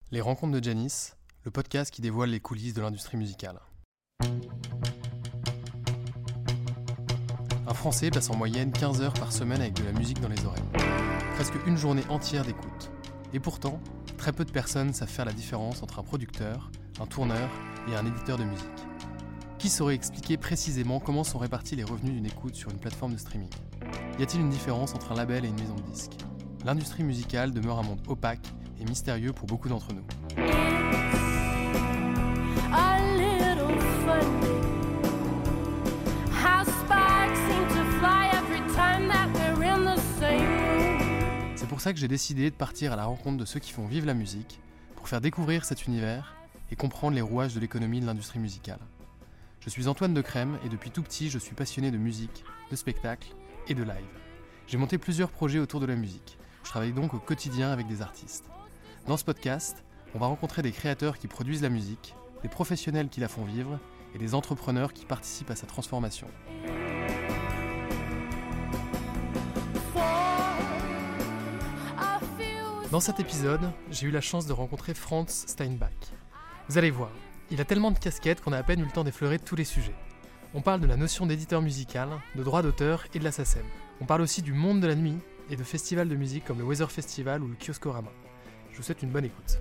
Les rencontres de Janis, le podcast qui dévoile les coulisses de l'industrie musicale. Un Français passe en moyenne 15 heures par semaine avec de la musique dans les oreilles. Presque une journée entière d'écoute. Et pourtant, très peu de personnes savent faire la différence entre un producteur, un tourneur et un éditeur de musique. Qui saurait expliquer précisément comment sont répartis les revenus d'une écoute sur une plateforme de streaming ? Y a-t-il une différence entre un label et une maison de disques ? L'industrie musicale demeure un monde opaque et mystérieux pour beaucoup d'entre nous. C'est pour ça que j'ai décidé de partir à la rencontre de ceux qui font vivre la musique, pour faire découvrir cet univers et comprendre les rouages de l'économie de l'industrie musicale. Je suis Antoine Decrème et depuis tout petit, je suis passionné de musique, de spectacle et de live. J'ai monté plusieurs projets autour de la musique. Je travaille donc au quotidien avec des artistes. Dans ce podcast, on va rencontrer des créateurs qui produisent la musique, des professionnels qui la font vivre et des entrepreneurs qui participent à sa transformation. Dans cet épisode, j'ai eu la chance de rencontrer Franz Steinbach. Vous allez voir, il a tellement de casquettes qu'on a à peine eu le temps d'effleurer tous les sujets. On parle de la notion d'éditeur musical, de droit d'auteur et de la SACEM. On parle aussi du monde de la nuit et de festivals de musique comme le Weather Festival ou le Kioskorama. Je vous souhaite une bonne écoute.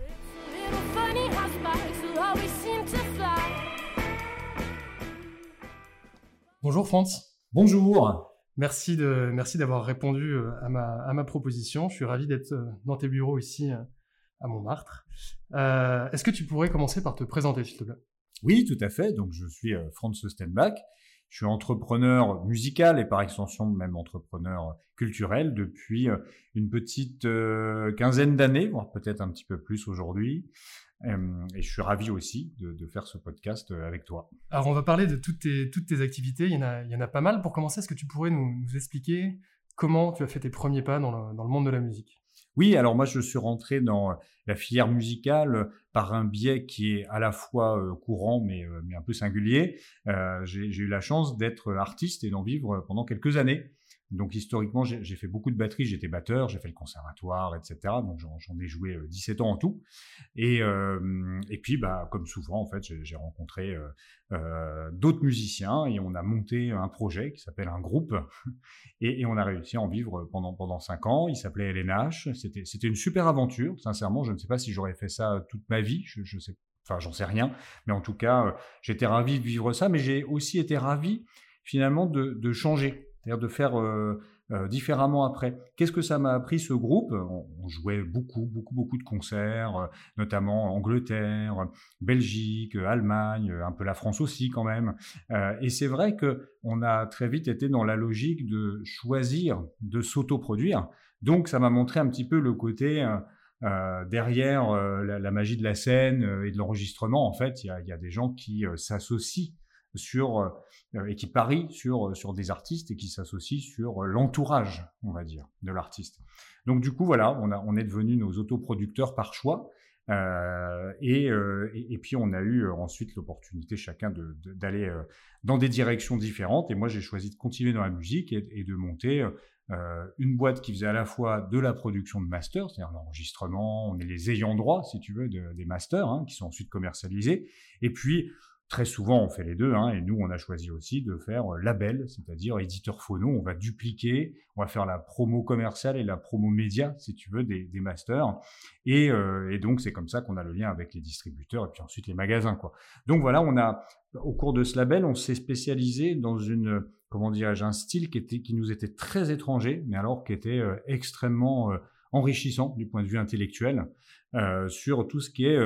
Bonjour Franz. Bonjour. Merci d'avoir répondu à ma proposition. Je suis ravi d'être dans tes bureaux ici à Montmartre. Est-ce que tu pourrais commencer par te présenter, s'il te plaît ? Oui, tout à fait. Donc, je suis Franz Steinbach. Je suis entrepreneur musical et par extension même entrepreneur culturel depuis une petite quinzaine d'années, voire peut-être un petit peu plus aujourd'hui. Et je suis ravi aussi de faire ce podcast avec toi. Alors, on va parler de toutes tes activités. Il y en a pas mal. Pour commencer, est-ce que tu pourrais nous expliquer comment tu as fait tes premiers pas dans le monde de la musique ? Oui, alors moi je suis rentré dans la filière musicale par un biais qui est à la fois courant mais un peu singulier. J'ai eu la chance d'être artiste et d'en vivre pendant quelques années. Donc historiquement, j'ai fait beaucoup de batterie, j'étais batteur, j'ai fait le conservatoire, etc. Donc j'en ai joué 17 ans en tout. Et puis, comme souvent, en fait, j'ai rencontré d'autres musiciens et on a monté un projet qui s'appelle un groupe. Et on a réussi à en vivre pendant 5 ans. Il s'appelait LNH. C'était une super aventure. Sincèrement, je ne sais pas si j'aurais fait ça toute ma vie. Je sais, enfin, j'en sais rien. Mais en tout cas, j'étais ravi de vivre ça. Mais j'ai aussi été ravi, finalement, de changer. C'est-à-dire de faire différemment après. Qu'est-ce que ça m'a appris, ce groupe ? On jouait beaucoup de concerts, notamment Angleterre, Belgique, Allemagne, un peu la France aussi quand même. Et c'est vrai qu'on a très vite été dans la logique de choisir, de s'autoproduire. Donc ça m'a montré un petit peu le côté derrière la magie de la scène et de l'enregistrement. En fait, il y a des gens qui s'associent et qui parient sur des artistes et qui s'associent sur l'entourage, on va dire, de l'artiste. Donc du coup, voilà, on est devenus nos autoproducteurs par choix. Et puis on a eu ensuite l'opportunité chacun d'aller dans des directions différentes. Et moi, j'ai choisi de continuer dans la musique et de monter une boîte qui faisait à la fois de la production de masters, c'est-à-dire l'enregistrement, on est les ayants droit, si tu veux, des masters, qui sont ensuite commercialisés. Et puis très souvent, on fait les deux, et nous, on a choisi aussi de faire label, c'est-à-dire éditeur phono. On va dupliquer, on va faire la promo commerciale et la promo média, si tu veux, des masters. Et donc, c'est comme ça qu'on a le lien avec les distributeurs et puis ensuite les magasins, quoi. Donc voilà, au cours de ce label, on s'est spécialisé dans un style qui nous était très étranger, mais alors qui était extrêmement enrichissant du point de vue intellectuel, sur tout ce qui est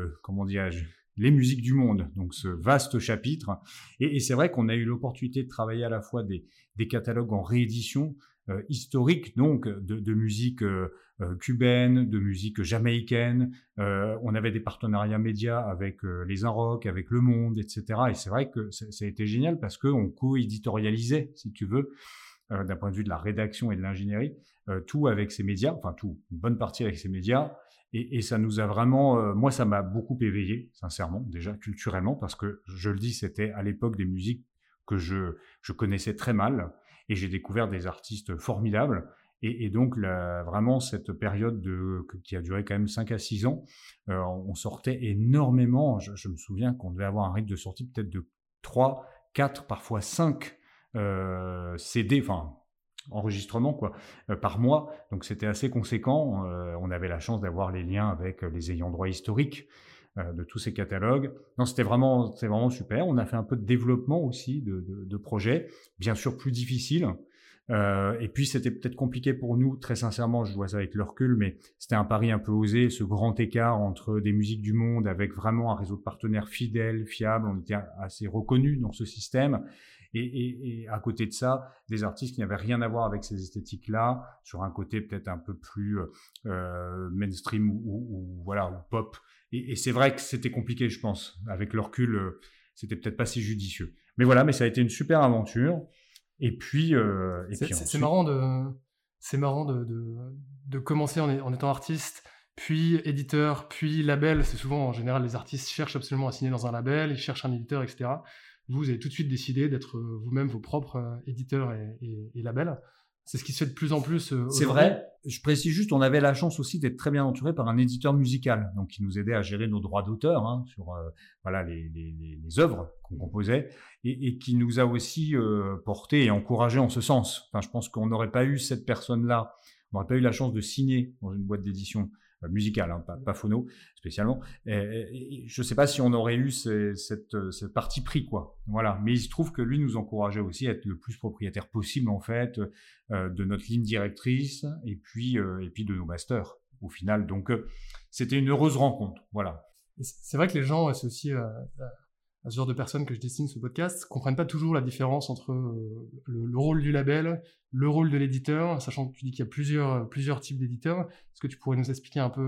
les musiques du monde, donc ce vaste chapitre. Et c'est vrai qu'on a eu l'opportunité de travailler à la fois des catalogues en réédition historique, donc de musique cubaine, de musique jamaïcaine. On avait des partenariats médias avec les Inrock, avec Le Monde, etc. Et c'est vrai que ça a été génial parce qu'on co-éditorialisait, si tu veux, d'un point de vue de la rédaction et de l'ingénierie, tout avec ces médias, enfin tout, une bonne partie avec ces médias. Et ça nous a vraiment, moi ça m'a beaucoup éveillé, sincèrement, déjà culturellement, parce que je le dis, c'était à l'époque des musiques que je connaissais très mal, et j'ai découvert des artistes formidables. Et donc, vraiment, cette période qui a duré quand même 5 à 6 ans, on sortait énormément. Je me souviens qu'on devait avoir un rythme de sortie peut-être de 3, 4, parfois 5 CD, enfin enregistrements quoi, par mois. Donc c'était assez conséquent. On avait la chance d'avoir les liens avec les ayants droit historiques de tous ces catalogues. Non, c'était vraiment super. On a fait un peu de développement aussi de projets, bien sûr plus difficile. Et puis c'était peut-être compliqué pour nous, très sincèrement, je vois ça avec le recul, mais c'était un pari un peu osé, ce grand écart entre des musiques du monde avec vraiment un réseau de partenaires fidèles, fiables, on était assez reconnus dans ce système, et à côté de ça, des artistes qui n'avaient rien à voir avec ces esthétiques-là, sur un côté peut-être un peu plus mainstream ou voilà, ou pop. Et c'est vrai que c'était compliqué, je pense. Avec le recul, c'était peut-être pas si judicieux. Mais voilà, mais ça a été une super aventure. Et puis ensuite... C'est marrant de commencer en étant artiste, puis éditeur, puis label. C'est souvent, en général, les artistes cherchent absolument à signer dans un label, ils cherchent un éditeur, etc. Vous avez tout de suite décidé d'être vous-même vos propres éditeurs et labels. C'est ce qui se fait de plus en plus C'est vrai. Je précise juste, on avait la chance aussi d'être très bien entouré par un éditeur musical, donc qui nous aidait à gérer nos droits d'auteur sur voilà les œuvres qu'on composait, et qui nous a aussi porté et encouragé en ce sens. Enfin, je pense qu'on n'aurait pas eu cette personne-là, on n'aurait pas eu la chance de signer dans une boîte d'édition musicale, pas phono spécialement. Je ne sais pas si on aurait eu cette partie pris, quoi. Voilà. Mais il se trouve que lui nous encourageait aussi à être le plus propriétaire possible, en fait, de notre ligne directrice et puis de nos masters, au final. Donc, c'était une heureuse rencontre. Voilà. C'est vrai que les gens associés à ce genre de personnes que je destine ce podcast comprennent pas toujours la différence entre le rôle du label, le rôle de l'éditeur, sachant que tu dis qu'il y a plusieurs types d'éditeurs. Est-ce que tu pourrais nous expliquer un peu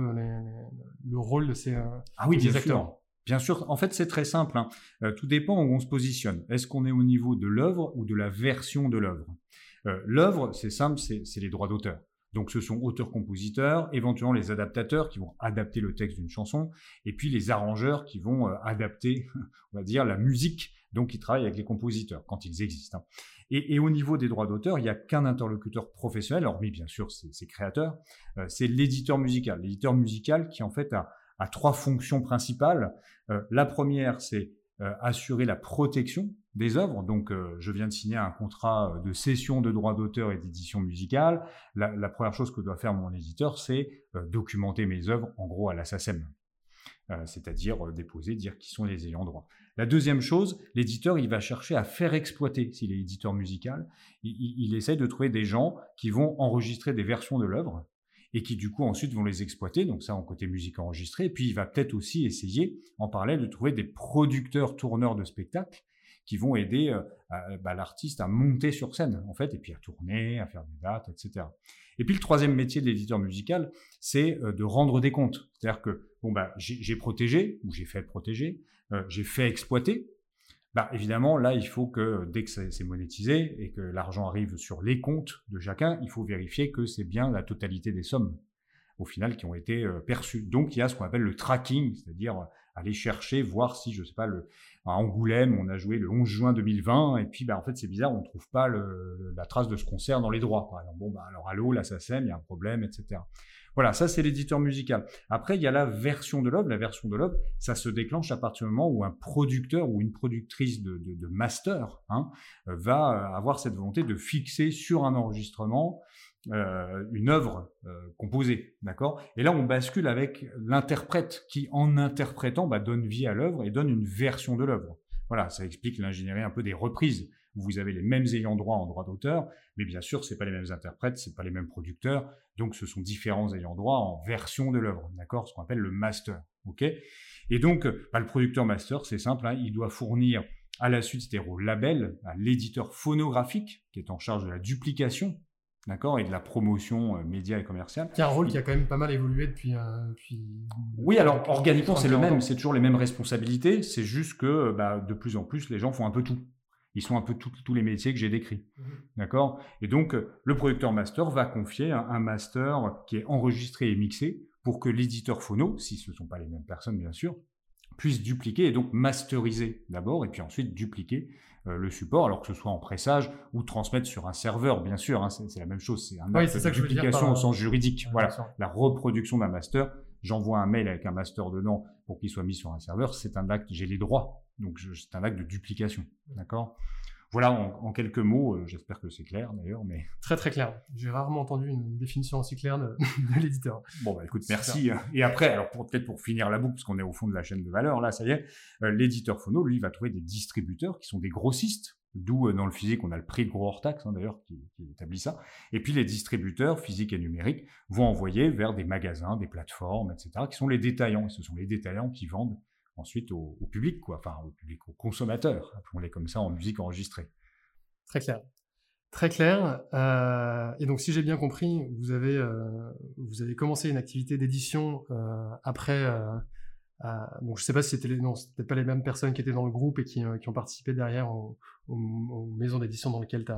le rôle de ces Ah oui, bien acteurs? sûr. Bien sûr, en fait, c'est très simple. Tout dépend où on se positionne. Est-ce qu'on est au niveau de l'œuvre ou de la version de l'œuvre? L'œuvre, c'est simple, c'est les droits d'auteur. Donc, ce sont auteurs-compositeurs, éventuellement les adaptateurs qui vont adapter le texte d'une chanson, et puis les arrangeurs qui vont adapter, on va dire, la musique, donc qui travaillent avec les compositeurs, quand ils existent. Et au niveau des droits d'auteur, il n'y a qu'un interlocuteur professionnel, hormis bien sûr ses créateurs, c'est l'éditeur musical. L'éditeur musical qui en fait a 3 fonctions principales. La première, c'est assurer la protection des œuvres. Donc, je viens de signer un contrat de cession de droits d'auteur et d'édition musicale. La première chose que doit faire mon éditeur, c'est documenter mes œuvres, en gros, à la SACEM. C'est-à-dire déposer, dire qui sont les ayants droit. La deuxième chose, l'éditeur, il va chercher à faire exploiter, s'il est éditeur musical, il essaye de trouver des gens qui vont enregistrer des versions de l'œuvre et qui du coup ensuite vont les exploiter, donc ça en côté musique enregistrée, et puis il va peut-être aussi essayer en parallèle de trouver des producteurs tourneurs de spectacles qui vont aider l'artiste à monter sur scène en fait, et puis à tourner, à faire des dates, etc. Et puis le troisième métier de l'éditeur musical, c'est de rendre des comptes, c'est-à-dire que j'ai protégé, ou j'ai fait protéger, j'ai fait exploiter. Évidemment, là, il faut que, dès que c'est monétisé et que l'argent arrive sur les comptes de chacun, il faut vérifier que c'est bien la totalité des sommes, au final, qui ont été perçues. Donc, il y a ce qu'on appelle le tracking, c'est-à-dire aller chercher, voir si, je sais pas, à Angoulême, on a joué le 11 juin 2020, et puis, en fait, c'est bizarre, on ne trouve pas la trace de ce concert dans les droits, par exemple. Alors, allô, la SACEM, il y a un problème, etc. Voilà, ça c'est l'éditeur musical. Après, il y a la version de l'œuvre. La version de l'œuvre, ça se déclenche à partir du moment où un producteur ou une productrice de master va avoir cette volonté de fixer sur un enregistrement une œuvre composée, d'accord? Et là, on bascule avec l'interprète qui, en interprétant, donne vie à l'œuvre et donne une version de l'œuvre. Voilà, ça explique l'ingénierie un peu des reprises. Vous avez les mêmes ayants droit en droit d'auteur, mais bien sûr, c'est pas les mêmes interprètes, c'est pas les mêmes producteurs, donc ce sont différents ayants droit en version de l'œuvre, d'accord? Ce qu'on appelle le master, ok? Et donc, le producteur master, c'est simple, il doit fournir à la suite, c'est-à-dire au label, à l'éditeur phonographique, qui est en charge de la duplication, d'accord, et de la promotion média et commerciale. Qui a un rôle qui a quand même pas mal évolué depuis... Oui, alors organiquement, c'est le même, c'est toujours les mêmes responsabilités, c'est juste que de plus en plus, les gens font un peu tout. Ils sont un peu tous les métiers que j'ai décrits, d'accord? Et donc, le producteur master va confier un master qui est enregistré et mixé pour que l'éditeur phono, si ce ne sont pas les mêmes personnes bien sûr, puisse dupliquer et donc masteriser d'abord et puis ensuite dupliquer le support, alors que ce soit en pressage ou transmettre sur un serveur, bien sûr, hein, c'est la même chose, c'est un acte de duplication au sens juridique. Voilà, la reproduction d'un master, j'envoie un mail avec un master dedans pour qu'il soit mis sur un serveur, c'est un acte, j'ai les droits, donc c'est un acte de duplication, d'accord ? Voilà, en quelques mots, j'espère que c'est clair d'ailleurs, mais... Très très clair. J'ai rarement entendu une définition aussi claire de l'éditeur. Bon, bah écoute, merci. Et après, alors peut-être pour finir la boucle, parce qu'on est au fond de la chaîne de valeur, là, ça y est, l'éditeur phono, lui, va trouver des distributeurs qui sont des grossistes, d'où dans le physique, on a le prix de gros hors taxe, hein, d'ailleurs, qui établit ça. Et puis les distributeurs physiques et numériques vont envoyer vers des magasins, des plateformes, etc., qui sont les détaillants. Et ce sont les détaillants qui vendent ensuite au public, quoi, enfin au public, aux consommateurs, appelons-les comme ça, en musique enregistrée. Très clair. Très clair. Et donc, si j'ai bien compris, vous avez commencé une activité d'édition après. Donc, je ne sais pas si c'était c'est peut-être pas les mêmes personnes qui étaient dans le groupe et qui ont participé derrière aux maisons d'édition dans lesquelles tu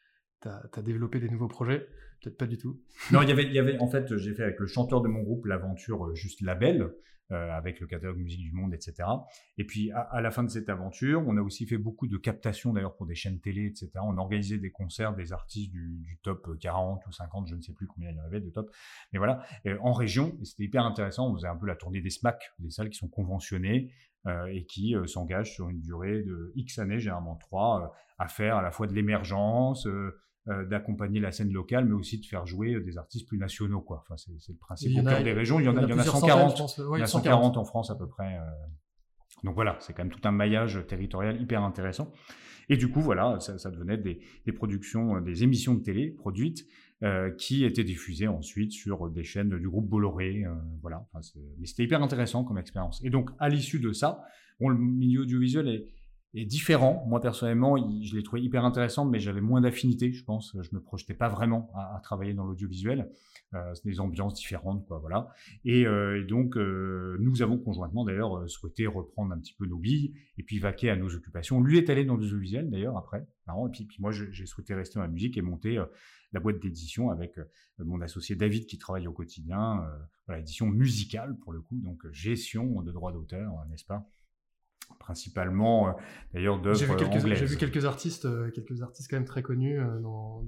as développé des nouveaux projets. Peut-être pas du tout. Non, il y avait, en fait, j'ai fait avec le chanteur de mon groupe l'aventure juste label, avec le catalogue Musique du Monde, etc. Et puis, à la fin de cette aventure, on a aussi fait beaucoup de captations, d'ailleurs, pour des chaînes télé, etc. On a organisé des concerts des artistes du top 40 ou 50, je ne sais plus combien il y en avait de top. Mais voilà, en région, et c'était hyper intéressant. On faisait un peu la tournée des SMAC, des salles qui sont conventionnées, et qui s'engagent sur une durée de X années, généralement 3, à faire à la fois de l'émergence, d'accompagner la scène locale, mais aussi de faire jouer des artistes plus nationaux, quoi. Enfin, c'est le principe au cœur des régions. Il y en a 140, il y en a 140 en France à peu près. Donc voilà, c'est quand même tout un maillage territorial hyper intéressant. Et du coup, voilà, ça devenait des productions, des émissions de télé produites qui étaient diffusées ensuite sur des chaînes du groupe Bolloré. Voilà, enfin, mais c'était hyper intéressant comme expérience. Et donc, à l'issue de ça, bon, le milieu audiovisuel est différent. Moi, personnellement, je l'ai trouvé hyper intéressant, mais j'avais moins d'affinité, je pense. Je me projetais pas vraiment à travailler dans l'audiovisuel. C'est des ambiances différentes, quoi, voilà. Et donc, nous avons conjointement, d'ailleurs, souhaité reprendre un petit peu nos billes et puis vaquer à nos occupations. Lui est allé dans l'audiovisuel, d'ailleurs, après. Marrant. Et puis moi, j'ai souhaité rester dans la musique et monter la boîte d'édition avec mon associé David qui travaille au quotidien. Voilà, édition musicale, pour le coup. Donc, gestion de droits d'auteur, n'est-ce pas ? Principalement d'ailleurs d'œuvres anglaises. J'ai vu quelques artistes quand même très connus dans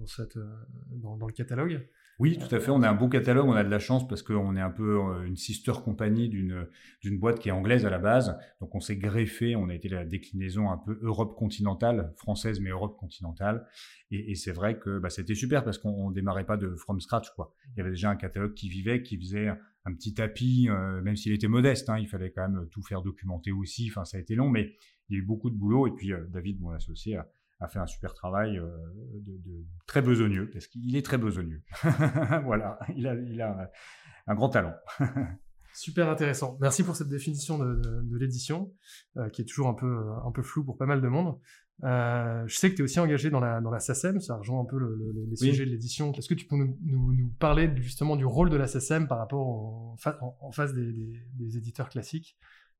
le catalogue. Oui, tout à fait. On a un beau catalogue. On a de la chance parce qu'on est un peu une sister compagnie d'une boîte qui est anglaise à la base. Donc on s'est greffé. On a été la déclinaison un peu Europe continentale, française mais Europe continentale. Et c'est vrai que c'était super parce qu'on démarrait pas de from scratch, quoi. Il y avait déjà un catalogue qui vivait, qui faisait un petit tapis, même s'il était modeste, hein, il fallait quand même tout faire documenter aussi. Enfin, ça a été long, mais il y a eu beaucoup de boulot. Et puis David, mon associé, a fait un super travail de très besogneux, parce qu'il est très besogneux. Voilà, il a un grand talent. Super intéressant. Merci pour cette définition de l'édition, qui est toujours un peu floue pour pas mal de monde. Je sais que tu es aussi engagé dans la SACEM, ça rejoint un peu les sujets de l'édition. Est-ce que tu peux nous parler justement du rôle de la SACEM par rapport en face des éditeurs classiques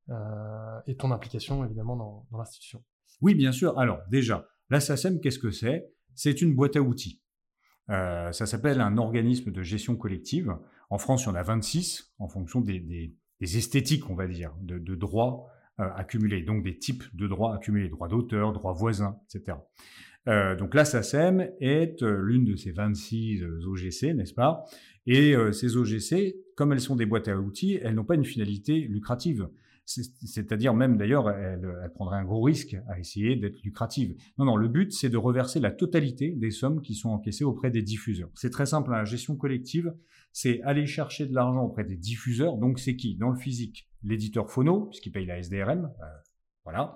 et ton implication évidemment dans l'institution? Oui, bien sûr. Alors déjà, la SACEM, qu'est-ce que c'est ? C'est une boîte à outils. Ça s'appelle un organisme de gestion collective. En France, il y en a 26 en fonction des esthétiques, on va dire, de droits accumulés, donc des types de droits accumulés, droits d'auteur, droits voisins, etc. Donc la SACEM est l'une de ces 26 OGC, n'est-ce pas ? Et ces OGC, comme elles sont des boîtes à outils, elles n'ont pas une finalité lucrative. C'est-à-dire même d'ailleurs, elle prendrait un gros risque à essayer d'être lucrative. Non, le but, c'est de reverser la totalité des sommes qui sont encaissées auprès des diffuseurs. C'est très simple, la gestion collective, c'est aller chercher de l'argent auprès des diffuseurs. Donc c'est qui ? Dans le physique, l'éditeur phono, puisqu'il paye la SDRM, voilà.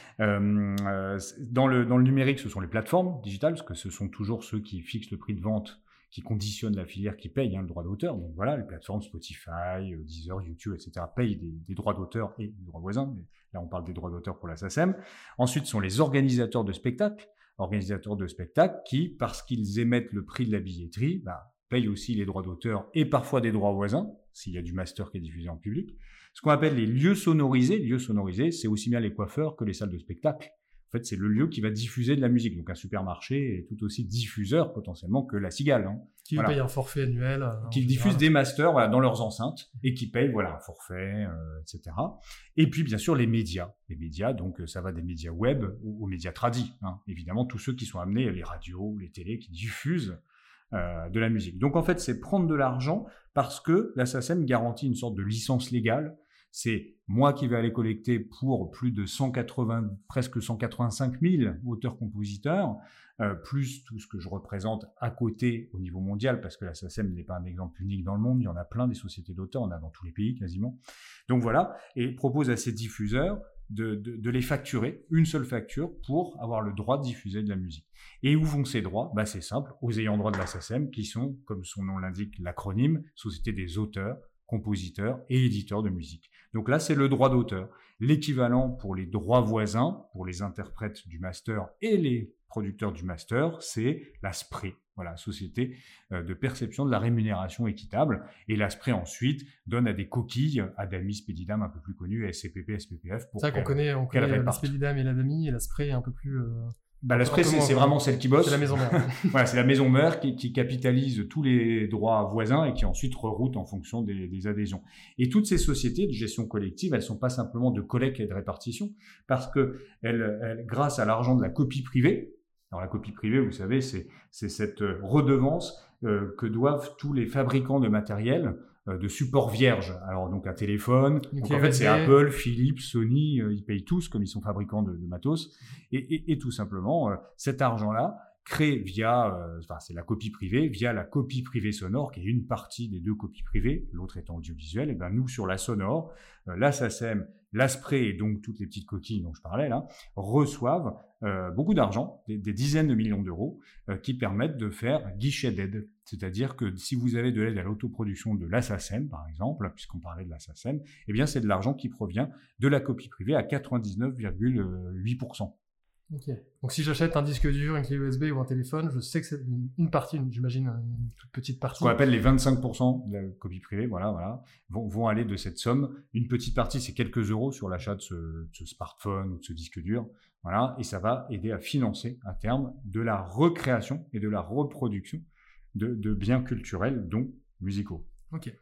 Dans le numérique, ce sont les plateformes digitales, parce que ce sont toujours ceux qui fixent le prix de vente, qui conditionnent la filière, qui paye le droit d'auteur. Donc voilà, les plateformes Spotify, Deezer, YouTube, etc. payent des droits d'auteur et des droits voisins. Mais là, on parle des droits d'auteur pour la SACEM. Ensuite, ce sont les organisateurs de spectacles qui, parce qu'ils émettent le prix de la billetterie, payent aussi les droits d'auteur et parfois des droits voisins, s'il y a du master qui est diffusé en public. Ce qu'on appelle les lieux sonorisés. Les lieux sonorisés, c'est aussi bien les coiffeurs que les salles de spectacle. En fait, c'est le lieu qui va diffuser de la musique. Donc, un supermarché est tout aussi diffuseur potentiellement que la Cigale. Hein. Qui paye un forfait annuel. Qui diffuse des masters dans leurs enceintes et qui paye un forfait, etc. Et puis, bien sûr, les médias. Les médias, donc ça va des médias web aux médias tradis. Hein. Évidemment, tous ceux qui sont amenés, les radios, les télés, qui diffusent de la musique. Donc, en fait, c'est prendre de l'argent parce que la SACEM garantit une sorte de licence légale. C'est moi qui vais aller collecter pour plus de presque 185 000 auteurs-compositeurs, plus tout ce que je représente à côté au niveau mondial, parce que la SACEM n'est pas un exemple unique dans le monde, il y en a plein des sociétés d'auteurs, on en a dans tous les pays quasiment. Donc voilà, et propose à ces diffuseurs de les facturer, une seule facture, pour avoir le droit de diffuser de la musique. Et où vont ces droits ? C'est simple, aux ayants droit de la SACEM, qui sont, comme son nom l'indique, l'acronyme, Société des auteurs, compositeurs et éditeurs de musique. Donc là, c'est le droit d'auteur. L'équivalent pour les droits voisins, pour les interprètes du master et les producteurs du master, c'est la SPRE, Société de perception de la rémunération équitable. Et la SPRE ensuite donne à des coquilles, Adami, Spedidam un peu plus connus, SCPP, SPPF. C'est ça qu'on connaît la Spedidam et l'Adami, et la SPRE un peu plus... la SPRE, c'est vraiment celle qui bosse. C'est la maison mère. C'est la maison mère qui capitalise tous les droits voisins et qui ensuite reroute en fonction des adhésions. Et toutes ces sociétés de gestion collective, elles sont pas simplement de collecte et de répartition, parce que elles, grâce à l'argent de la copie privée, alors la copie privée, vous savez, c'est cette redevance que doivent tous les fabricants de matériel de support vierge. Alors donc un téléphone, donc en fait c'est Apple, Philips, Sony, ils payent tous comme ils sont fabricants de matos, et tout simplement cet argent-là crée via, c'est la copie privée, via la copie privée sonore, qui est une partie des deux copies privées, l'autre étant audiovisuelle. Et nous sur la sonore, la SACEM, la SPRE et donc toutes les petites coquilles dont je parlais là, reçoivent beaucoup d'argent, des dizaines de millions d'euros, qui permettent de faire guichet d'aide. C'est-à-dire que si vous avez de l'aide à l'autoproduction de la SACEM, par exemple, puisqu'on parlait de la SACEM, eh bien c'est de l'argent qui provient de la copie privée à 99,8%. Ok. Donc si j'achète un disque dur, une clé USB ou un téléphone, je sais que c'est une partie, j'imagine une toute petite partie. Ce qu'on appelle les 25% de la copie privée, vont aller de cette somme. Une petite partie, c'est quelques euros sur l'achat de ce smartphone ou de ce disque dur. Et ça va aider à financer à terme de la recréation et de la reproduction de biens culturels, dont musicaux. Ok.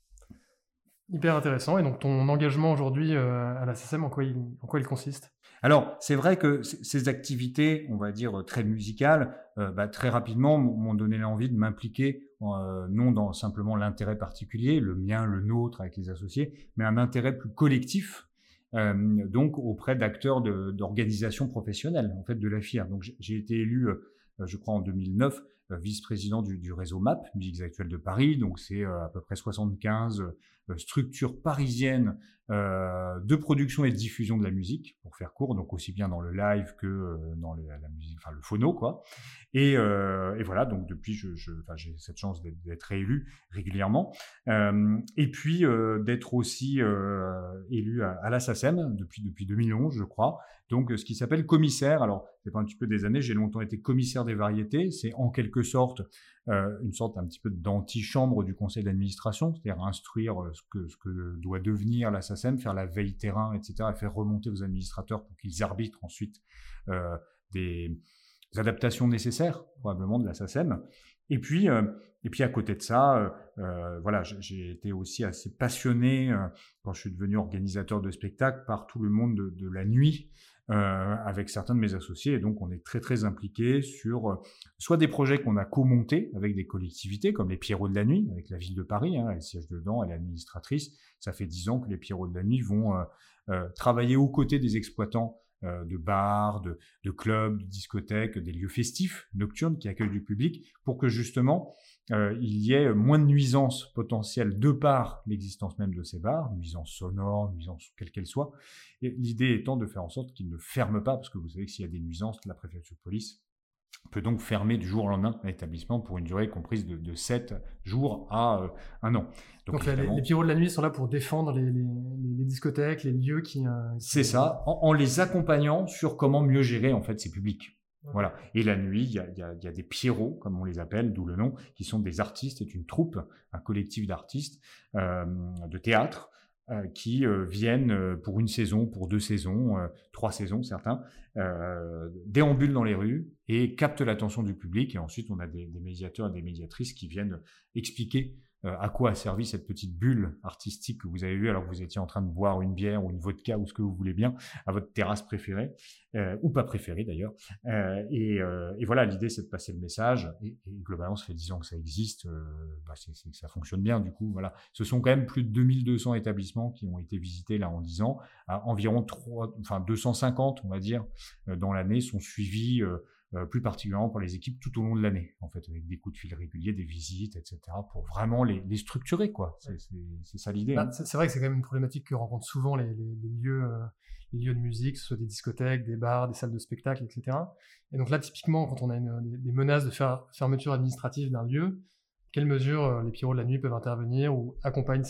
Hyper intéressant. Et donc, ton engagement aujourd'hui à la SACEM, en quoi il consiste ? Alors, c'est vrai que ces activités, on va dire, très musicales, très rapidement m'ont donné l'envie de m'impliquer, non dans simplement l'intérêt particulier, le mien, le nôtre avec les associés, mais un intérêt plus collectif, donc auprès d'acteurs d'organisations professionnelles, en fait, de la FIR. Donc, j'ai été élu, je crois, en 2009, vice-président du réseau MAP, Musiques Actuelles de Paris. Donc, c'est à peu près 75 structures parisiennes de production et de diffusion de la musique, pour faire court, donc aussi bien dans le live que dans la musique, le phono, quoi. Et voilà, donc depuis, j'ai cette chance d'être réélu régulièrement. Et puis, d'être aussi élu à la SACEM depuis 2011, je crois. Donc, ce qui s'appelle commissaire. Alors, c'est pas un petit peu des années, j'ai longtemps été commissaire des variétés. C'est en quelque sorte une sorte un petit peu d'antichambre du conseil d'administration, c'est-à-dire instruire ce que doit devenir la SACEM, faire la veille terrain, etc., et faire remonter aux administrateurs pour qu'ils arbitrent ensuite des adaptations nécessaires, probablement, de la SACEM. Et puis à côté de ça, j'ai été aussi assez passionné quand je suis devenu organisateur de spectacles par tout le monde de la nuit, avec certains de mes associés. Et donc, on est très, très impliqués sur soit des projets qu'on a co-montés avec des collectivités, comme les Pierrots de la Nuit, avec la ville de Paris, elle siège dedans, elle est administratrice. Ça fait 10 ans que les Pierrots de la Nuit vont travailler aux côtés des exploitants de bars, de clubs, de discothèques, des lieux festifs, nocturnes, qui accueillent du public, pour que justement il y ait moins de nuisances potentielles de par l'existence même de ces bars, nuisances sonores, nuisances quelles qu'elles soient. Et l'idée étant de faire en sorte qu'ils ne ferment pas, parce que vous savez que s'il y a des nuisances, la préfecture de police peut donc fermer du jour au lendemain l'établissement pour une durée comprise de 7 jours à 1 an. Donc les Pierrots de la Nuit sont là pour défendre les discothèques, les lieux qui... C'est ça, en les accompagnant sur comment mieux gérer en fait ces publics. Okay. Voilà. Et la nuit, il y a des Pierrots, comme on les appelle, d'où le nom, qui sont des artistes, c'est une troupe, un collectif d'artistes de théâtre, qui viennent pour une saison, pour 2 saisons, 3 saisons certains, déambulent dans les rues et captent l'attention du public. Et ensuite, on a des médiateurs et des médiatrices qui viennent expliquer à quoi a servi cette petite bulle artistique que vous avez vue alors que vous étiez en train de boire une bière ou une vodka ou ce que vous voulez bien à votre terrasse préférée, ou pas préférée d'ailleurs. Et voilà, l'idée c'est de passer le message. Et globalement, ça fait 10 ans que ça existe. Ça fonctionne bien du coup. Voilà. Ce sont quand même plus de 2200 établissements qui ont été visités là en 10 ans. Environ 250, on va dire, dans l'année sont suivis plus particulièrement par les équipes tout au long de l'année, en fait, avec des coups de fil réguliers, des visites, etc., pour vraiment les structurer, quoi. C'est ça l'idée. Hein. C'est vrai que c'est quand même une problématique que rencontrent souvent les lieux de musique, que ce soit des discothèques, des bars, des salles de spectacle, etc. Et donc là, typiquement, quand on a des menaces de fermeture administrative d'un lieu, quelles mesures les Pierrots de la Nuit peuvent intervenir ou accompagnent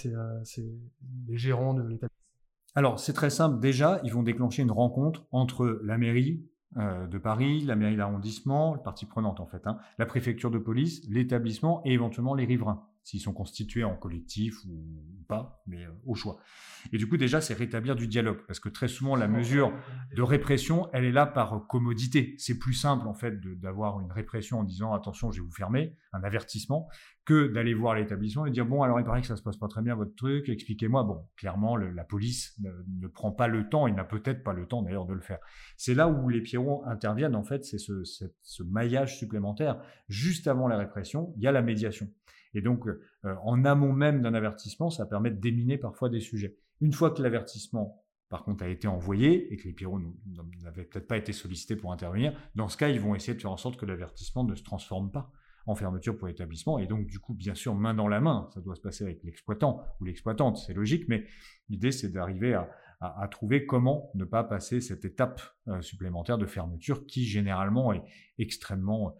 les gérants de l'établissement? Alors, c'est très simple. Déjà, ils vont déclencher une rencontre entre la mairie de Paris, la mairie d'arrondissement, partie prenante en fait, la préfecture de police, l'établissement et éventuellement les riverains, s'ils sont constitués en collectif ou pas, mais au choix. Et du coup, déjà, c'est rétablir du dialogue, parce que très souvent, la mesure de répression, elle est là par commodité. C'est plus simple, en fait, d'avoir une répression en disant « attention, je vais vous fermer », un avertissement, que d'aller voir l'établissement et dire « bon, alors il paraît que ça se passe pas très bien, votre truc, expliquez-moi ». Bon, clairement, la police ne prend pas le temps, il n'a peut-être pas le temps d'ailleurs de le faire. C'est là où les Pierrots interviennent, en fait, c'est ce maillage supplémentaire. Juste avant la répression, il y a la médiation. Et donc, en amont même d'un avertissement, ça permet de déminer parfois des sujets. Une fois que l'avertissement, par contre, a été envoyé et que les Pierrots n'avaient peut-être pas été sollicités pour intervenir, dans ce cas, ils vont essayer de faire en sorte que l'avertissement ne se transforme pas en fermeture pour l'établissement. Et donc, du coup, bien sûr, main dans la main, ça doit se passer avec l'exploitant ou l'exploitante, c'est logique, mais l'idée, c'est d'arriver à trouver comment ne pas passer cette étape supplémentaire de fermeture qui, généralement, est extrêmement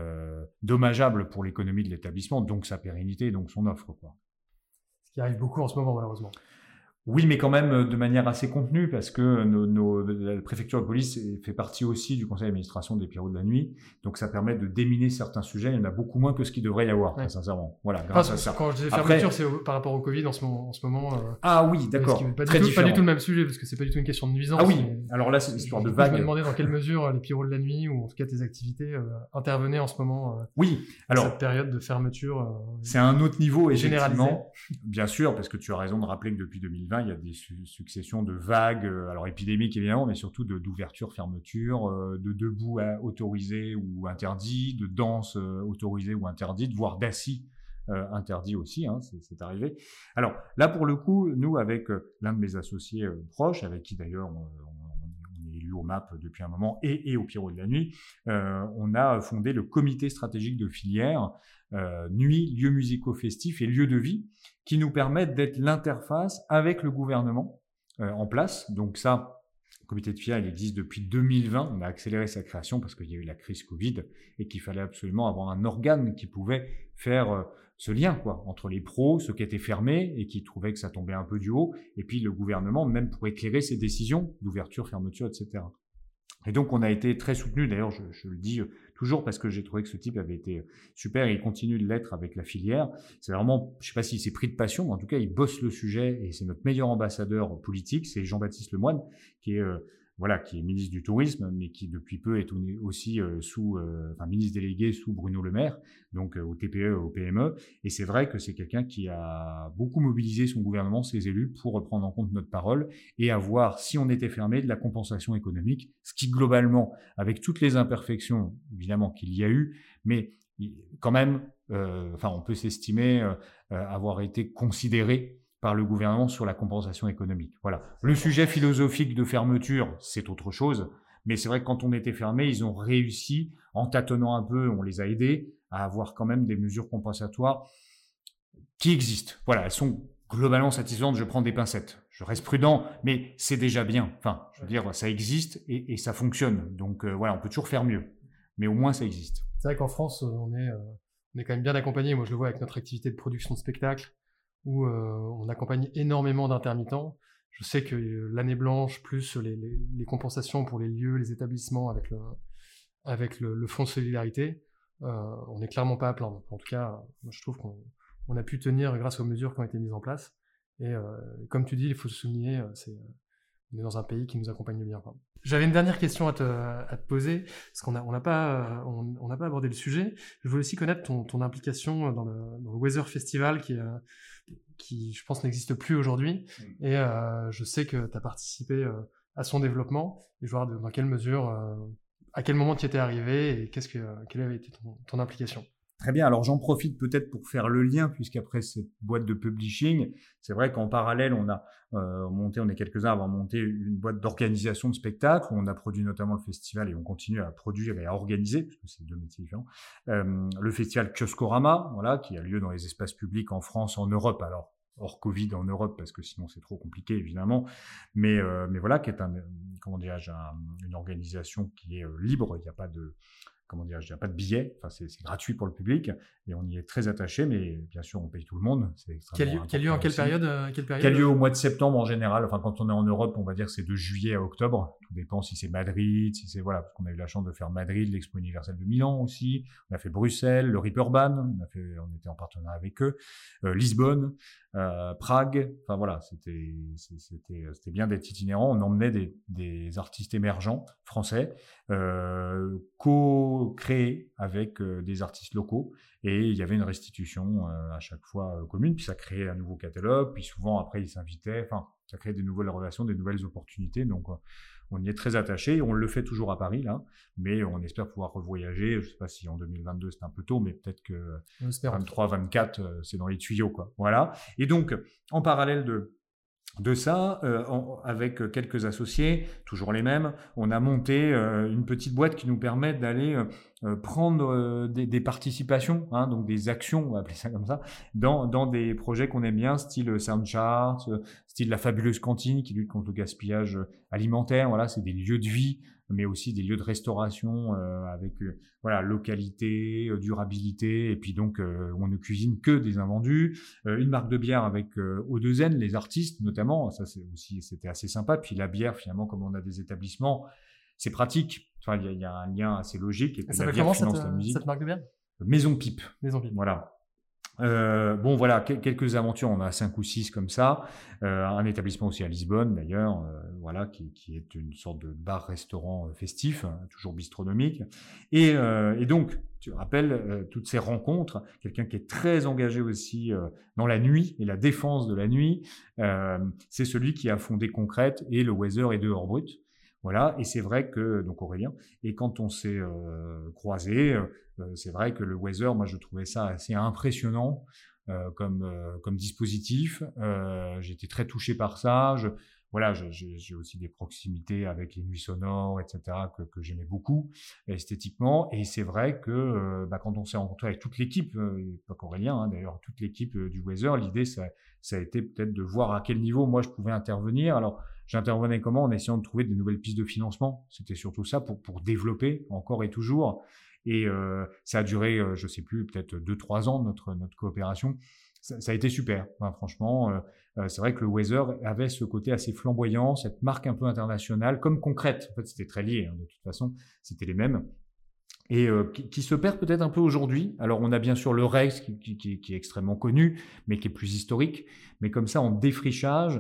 dommageable pour l'économie de l'établissement, donc sa pérennité, donc son offre, quoi. Ce qui arrive beaucoup en ce moment, malheureusement. Oui, mais quand même de manière assez contenue, parce que la préfecture de police fait partie aussi du conseil d'administration des Pierrots de la Nuit, donc ça permet de déminer certains sujets. Il y en a beaucoup moins que ce qu'il devrait y avoir, très sincèrement. Voilà, grâce à ça. Quand je dis fermeture, c'est par rapport au Covid en ce moment. Ah oui, d'accord. Pas du tout le même sujet, parce que c'est pas du tout une question de nuisance. Ah oui, alors là, c'est une histoire de vague. Je me demandais dans quelle mesure les Pierrots de la Nuit, ou en tout cas tes activités, intervenaient en ce moment. Oui, alors cette période de fermeture. C'est un autre niveau, généralisé. Bien sûr, parce que tu as raison de rappeler que depuis 2020, il y a des successions de vagues, alors épidémiques évidemment, mais surtout d'ouverture, fermeture, de debout autorisé ou interdit, de danse autorisée ou interdite, voire d'assis interdit aussi, c'est arrivé. Alors là, pour le coup, nous, avec l'un de mes associés proches, avec qui d'ailleurs on est élu au MAP depuis un moment, et au Pierrot de la Nuit, on a fondé le comité stratégique de filière nuit, lieux musicaux festifs et lieux de vie, qui nous permettent d'être l'interface avec le gouvernement en place. Donc ça, le comité de filière, il existe depuis 2020. On a accéléré sa création parce qu'il y a eu la crise Covid et qu'il fallait absolument avoir un organe qui pouvait faire ce lien entre les pros, ceux qui étaient fermés et qui trouvaient que ça tombait un peu du haut, et puis le gouvernement, même pour éclairer ses décisions d'ouverture, fermeture, etc. Et donc, on a été très soutenu. D'ailleurs, je le dis toujours parce que j'ai trouvé que ce type avait été super et il continue de l'être avec la filière. C'est vraiment, je ne sais pas s'il s'est pris de passion, mais en tout cas, il bosse le sujet et c'est notre meilleur ambassadeur politique. C'est Jean-Baptiste Lemoyne, qui est ministre du Tourisme, mais qui depuis peu est aussi ministre délégué sous Bruno Le Maire, donc au TPE, au PME. Et c'est vrai que c'est quelqu'un qui a beaucoup mobilisé son gouvernement, ses élus, pour prendre en compte notre parole et avoir, si on était fermé, de la compensation économique, ce qui globalement, avec toutes les imperfections évidemment qu'il y a eu, mais quand même, on peut s'estimer avoir été considéré par le gouvernement sur la compensation économique. Voilà. Le sujet philosophique de fermeture, c'est autre chose, mais c'est vrai que quand on était fermé, ils ont réussi, en tâtonnant un peu, on les a aidés à avoir quand même des mesures compensatoires qui existent. Voilà, elles sont globalement satisfaisantes, je prends des pincettes. Je reste prudent, mais c'est déjà bien. Enfin, je veux dire, ça existe et ça fonctionne. Donc on peut toujours faire mieux, mais au moins ça existe. C'est vrai qu'en France, on est quand même bien accompagné. Moi, je le vois avec notre activité de production de spectacles, où on accompagne énormément d'intermittents. Je sais que l'année blanche, plus les compensations pour les lieux, les établissements avec le fonds de solidarité, on n'est clairement pas à plaindre. En tout cas, moi, je trouve qu'on a pu tenir grâce aux mesures qui ont été mises en place. Et comme tu dis, il faut se souligner, on est dans un pays qui nous accompagne bien, quoi. J'avais une dernière question à te poser, parce qu'on n'a pas abordé le sujet. Je voulais aussi connaître ton implication dans le Weather Festival qui, je pense, n'existe plus aujourd'hui. Et je sais que tu as participé à son développement. Et je veux voir dans quelle mesure, à quel moment tu y étais arrivé et quelle avait été ton implication. Très bien, alors j'en profite peut-être pour faire le lien, puisqu'après cette boîte de publishing, c'est vrai qu'en parallèle, on est quelques-uns à avoir monté une boîte d'organisation de spectacles, où on a produit notamment le festival et on continue à produire et à organiser, parce que c'est deux métiers différents, le festival Kioskorama, voilà, qui a lieu dans les espaces publics en France, en Europe, alors hors Covid en Europe, parce que sinon c'est trop compliqué évidemment, mais voilà, qui est une organisation qui est libre, il n'y a pas de... il n'y a pas de billets, enfin, c'est gratuit pour le public et on y est très attaché, mais bien sûr on paye tout le monde. Qui a lieu en quelle période Qui a lieu au mois de septembre en général, enfin quand on est en Europe on va dire c'est de juillet à octobre, tout dépend si c'est Madrid, si c'est voilà, parce qu'on a eu la chance de faire Madrid, l'Expo universelle de Milan aussi, on a fait Bruxelles, le Reeperbahn, on était en partenariat avec eux, Lisbonne, Prague, enfin voilà, c'était bien d'être itinérant, on emmenait des artistes émergents français, co-créés avec des artistes locaux, et il y avait une restitution à chaque fois commune, puis ça créait un nouveau catalogue, puis souvent après ils s'invitaient, enfin ça créait des nouvelles relations, des nouvelles opportunités, donc on y est très attaché, on le fait toujours à Paris là, mais on espère pouvoir revoyager, je sais pas si en 2022 c'est un peu tôt, mais peut-être que 23, 24 c'est dans les tuyaux quoi, voilà. Et donc en parallèle de ça, avec quelques associés, toujours les mêmes, on a monté une petite boîte qui nous permet d'aller prendre des participations, hein, donc des actions, on va appeler ça comme ça, dans des projets qu'on aime bien, style Soundchart, style La Fabuleuse Cantine, qui lutte contre le gaspillage alimentaire. Voilà, c'est des lieux de vie, mais aussi des lieux de restauration avec voilà, localité, durabilité, et puis donc on ne cuisine que des invendus. Une marque de bière avec O2N, les artistes notamment, ça c'était assez sympa. Puis la bière, finalement, comme on a des établissements, c'est pratique. Enfin, il y a un lien assez logique. Et puis ça la bière finance la musique. Cette marque de bière Maison Pipe. Maison Pipe. Voilà. Bon voilà, quelques aventures, on a 5 ou 6 comme ça, un établissement aussi à Lisbonne d'ailleurs, voilà, qui est une sorte de bar-restaurant festif, hein, toujours bistronomique, et donc tu rappelles toutes ces rencontres, quelqu'un qui est très engagé aussi dans la nuit et la défense de la nuit, c'est celui qui a fondé Concrète et le Weather et Dehors Brut. Voilà, et c'est vrai que, donc Aurélien, et quand on s'est croisés, c'est vrai que le Weather, moi je trouvais ça assez impressionnant comme dispositif. J'étais très touché par ça. J'ai aussi des proximités avec les nuits sonores, etc., que j'aimais beaucoup esthétiquement. Et c'est vrai que quand on s'est rencontré avec toute l'équipe, pas qu'Aurélien, hein, d'ailleurs, toute l'équipe du Weather, l'idée ça a été peut-être de voir à quel niveau moi je pouvais intervenir. Alors j'intervenais comment? En essayant de trouver des nouvelles pistes de financement. C'était surtout ça pour développer encore et toujours. Et ça a duré, je sais plus, peut-être 2-3 ans notre coopération. Ça a été super. Enfin, franchement, c'est vrai que le Weather avait ce côté assez flamboyant, cette marque un peu internationale, comme Concrète. En fait, c'était très lié. Hein, de toute façon, c'était les mêmes. Et qui se perd peut-être un peu aujourd'hui. Alors, on a bien sûr le Rex qui est extrêmement connu, mais qui est plus historique. Mais comme ça, en défrichage,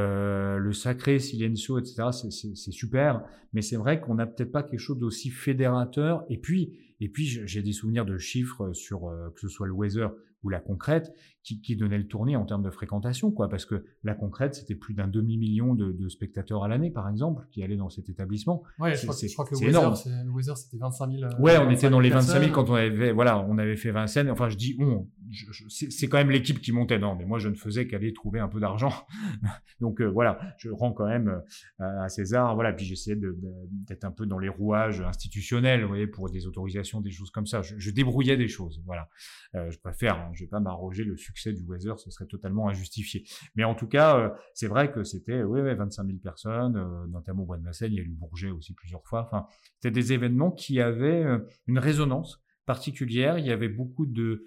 le Sacré, Silencio, etc., c'est super. Mais c'est vrai qu'on n'a peut-être pas quelque chose d'aussi fédérateur. Et puis j'ai des souvenirs de chiffres sur que ce soit le Weather ou la Concrète qui donnait le tournis en termes de fréquentation, quoi, parce que la Concrète, c'était plus d'un demi-million de spectateurs à l'année, par exemple, qui allaient dans cet établissement. Ouais, je crois que le Weather, c'était 25 000. Ouais, on était dans les 25 000 quand on avait fait Vincennes. Enfin, je dis c'est quand même l'équipe qui montait. Non, mais moi, je ne faisais qu'aller trouver un peu d'argent. Donc voilà, je rends quand même à César. Voilà, puis j'essayais d'être un peu dans les rouages institutionnels, vous voyez, pour des autorisations, des choses comme ça. Je débrouillais des choses. Voilà, je préfère. Hein, je vais pas m'arroger le succès du Weather, ce serait totalement injustifié. Mais en tout cas, c'est vrai que c'était 25 000 personnes, notamment au Bois de Vincennes. Il y a eu Bourget aussi plusieurs fois. Enfin, c'était des événements qui avaient une résonance particulière. Il y avait beaucoup de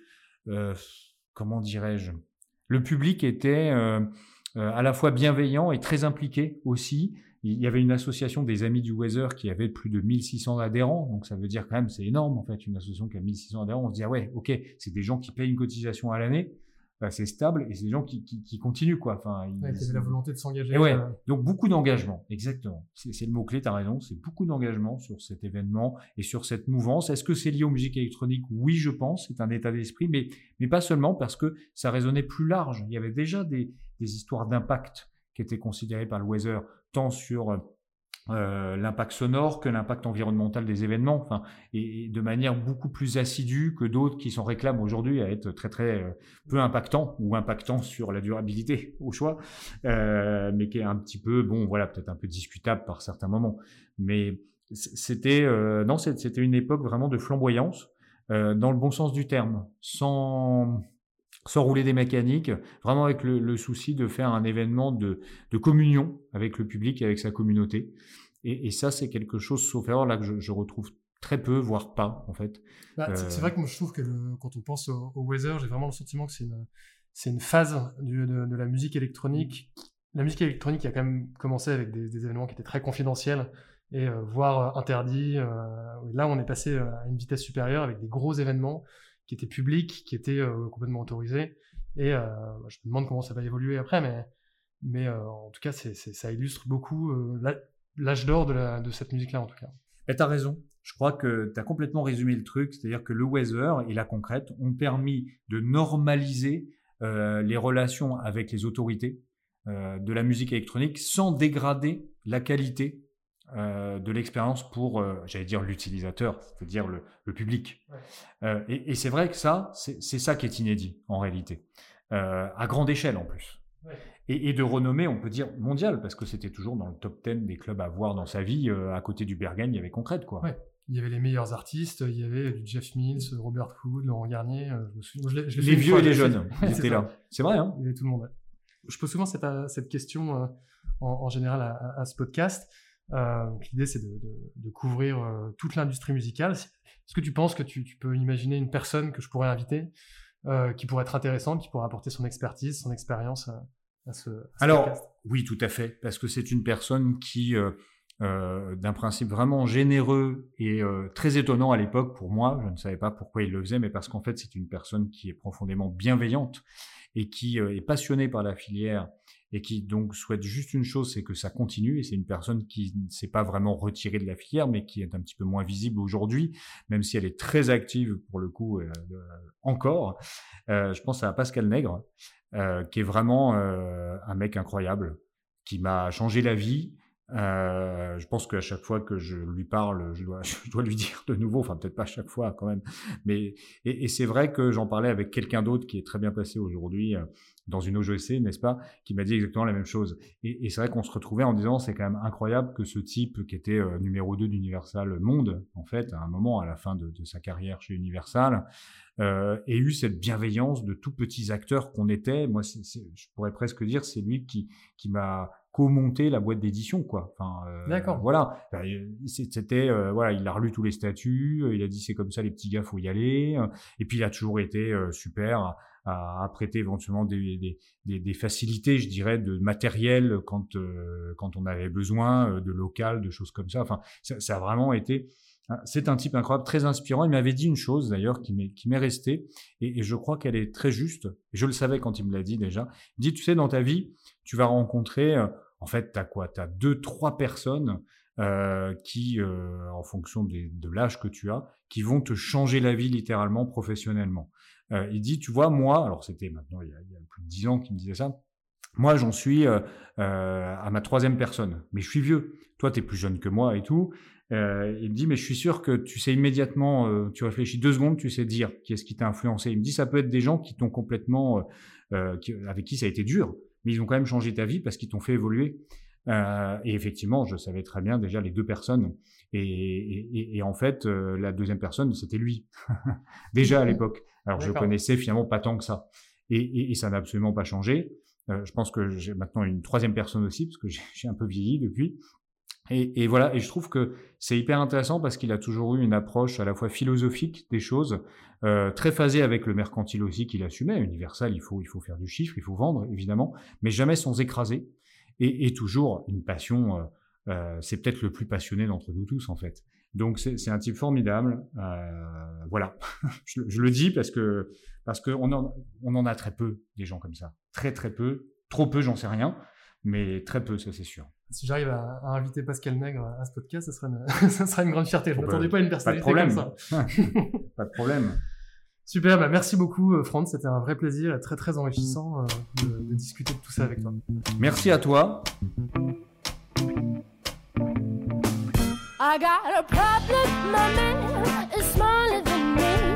comment dirais-je, le public était à la fois bienveillant et très impliqué aussi. Il y avait une association des Amis du Weather qui avait plus de 1600 adhérents, donc ça veut dire quand même, c'est énorme en fait, une association qui a 1600 adhérents. On se dit, ah ouais, ok, c'est des gens qui payent une cotisation à l'année, assez stable et c'est des gens qui continuent, quoi. Enfin, qui avaient la volonté de s'engager. Et ouais, donc beaucoup d'engagement, exactement. C'est le mot-clé, tu as raison, c'est beaucoup d'engagement sur cet événement et sur cette mouvance. Est-ce que c'est lié aux musiques électroniques? Oui, je pense, c'est un état d'esprit, mais pas seulement, parce que ça résonnait plus large. Il y avait déjà des histoires d'impact qui étaient considérées par le Weather, tant sur l'impact sonore que l'impact environnemental des événements, enfin, et de manière beaucoup plus assidue que d'autres qui s'en réclament aujourd'hui à être très très peu impactants ou impactants sur la durabilité au choix, mais qui est un petit peu, bon voilà, peut-être un peu discutable par certains moments. Mais c'était une époque vraiment de flamboyance, dans le bon sens du terme, sans rouler des mécaniques, vraiment avec le souci de faire un événement de communion avec le public et avec sa communauté. Et ça, c'est quelque chose, sauf erreur, là, que je retrouve très peu, voire pas, en fait. C'est vrai que moi, je trouve que quand on pense au Weather, j'ai vraiment le sentiment que c'est une phase de la musique électronique. La musique électronique a quand même commencé avec des événements qui étaient très confidentiels et voire interdits. Là, on est passé à une vitesse supérieure avec des gros événements qui étaient publics, qui étaient complètement autorisés. Et je me demande comment ça va évoluer après, mais en tout cas, ça illustre beaucoup l'âge d'or de cette musique-là, en tout cas. Et tu as raison. Je crois que tu as complètement résumé le truc. C'est-à-dire que le Weather et la Concrète ont permis de normaliser les relations avec les autorités de la musique électronique sans dégrader la qualité de l'expérience pour, j'allais dire l'utilisateur, c'est-à-dire le public. Ouais. Et c'est vrai que ça, c'est ça qui est inédit en réalité, à grande échelle en plus. Ouais. Et de renommée, on peut dire mondiale, parce que c'était toujours dans le top 10 des clubs à voir dans sa vie. À côté du Berghain, il y avait Concrète, quoi. Ouais. Il y avait les meilleurs artistes, il y avait du Jeff Mills, Robert Hood, Laurent Garnier. Les vieux et les jeunes, ils étaient là. C'est vrai, hein. Il y avait tout le monde. Je pose souvent cette question en général à ce podcast. L'idée, c'est de couvrir toute l'industrie musicale. Est-ce que tu penses que tu peux imaginer une personne que je pourrais inviter, qui pourrait être intéressante, qui pourrait apporter son expertise, son expérience à ce podcast? Oui, tout à fait, parce que c'est une personne qui, d'un principe vraiment généreux et très étonnant à l'époque pour moi, je ne savais pas pourquoi il le faisait, mais parce qu'en fait, c'est une personne qui est profondément bienveillante et qui est passionnée par la filière et qui donc souhaite juste une chose, c'est que ça continue. Et c'est une personne qui ne s'est pas vraiment retirée de la filière, mais qui est un petit peu moins visible aujourd'hui, même si elle est très active pour le coup encore. Je pense à Pascal Nègre, qui est vraiment un mec incroyable, qui m'a changé la vie. Je pense qu'à chaque fois que je lui parle, je dois lui dire de nouveau, enfin peut-être pas à chaque fois quand même, mais et c'est vrai que j'en parlais avec quelqu'un d'autre qui est très bien placé aujourd'hui dans une OGC, n'est-ce pas, qui m'a dit exactement la même chose. Et c'est vrai qu'on se retrouvait en disant c'est quand même incroyable que ce type qui était numéro 2 d'Universal Monde, en fait, à un moment, à la fin de sa carrière chez Universal, ait eu cette bienveillance de tout petits acteurs qu'on était. Moi, je pourrais presque dire c'est lui qui m'a co-monté la boîte d'édition, quoi. Enfin, d'accord. Voilà. C'était, voilà, il a relu tous les statuts, il a dit c'est comme ça les petits gars, faut y aller. Et puis il a toujours été super à prêter éventuellement des facilités, je dirais, de matériel quand on avait besoin, de local, de choses comme ça. Enfin, ça a vraiment été. C'est un type incroyable, très inspirant. Il m'avait dit une chose d'ailleurs qui m'est restée et je crois qu'elle est très juste. Je le savais quand il me l'a dit déjà. Il me dit, tu sais, dans ta vie, tu vas rencontrer, en fait, t'as 2-3 personnes qui, en fonction de l'âge que tu as, qui vont te changer la vie littéralement, professionnellement. Il dit, tu vois, moi, alors c'était maintenant il y a plus de 10 ans qu'il me disait ça. Moi, j'en suis à ma 3e personne, mais je suis vieux. Toi, t'es plus jeune que moi et tout. Il me dit, mais je suis sûr que tu sais immédiatement, tu réfléchis 2 secondes, tu sais dire qui est-ce qui t'a influencé. Il me dit, ça peut être des gens qui t'ont complètement, avec qui ça a été dur, mais ils ont quand même changé ta vie parce qu'ils t'ont fait évoluer. Et effectivement, je savais très bien déjà les 2 personnes. Et en fait, la 2e personne, c'était lui, déjà à l'époque. Alors, je connaissais finalement pas tant que ça. Et ça n'a absolument pas changé. Je pense que j'ai maintenant une 3e personne aussi, parce que j'ai un peu vieilli depuis. Et voilà, et je trouve que c'est hyper intéressant parce qu'il a toujours eu une approche à la fois philosophique des choses, très phasée avec le mercantile aussi qu'il assumait. Universal, il faut faire du chiffre, il faut vendre, évidemment, mais jamais sans écraser. Et toujours une passion, c'est peut-être le plus passionné d'entre nous tous, en fait. Donc c'est un type formidable. Voilà, je le dis parce que on en a très peu des gens comme ça, très peu, trop peu, j'en sais rien, mais très peu, ça c'est sûr. Si j'arrive à inviter Pascal Nègre à ce podcast, ça sera une grande fierté. Je ne m'attendais pas à une personnalité comme ça. Pas de problème. Super, merci beaucoup Franz, c'était un vrai plaisir et très très enrichissant de discuter de tout ça avec toi. Merci à toi. I got a problem, my man is smaller than me.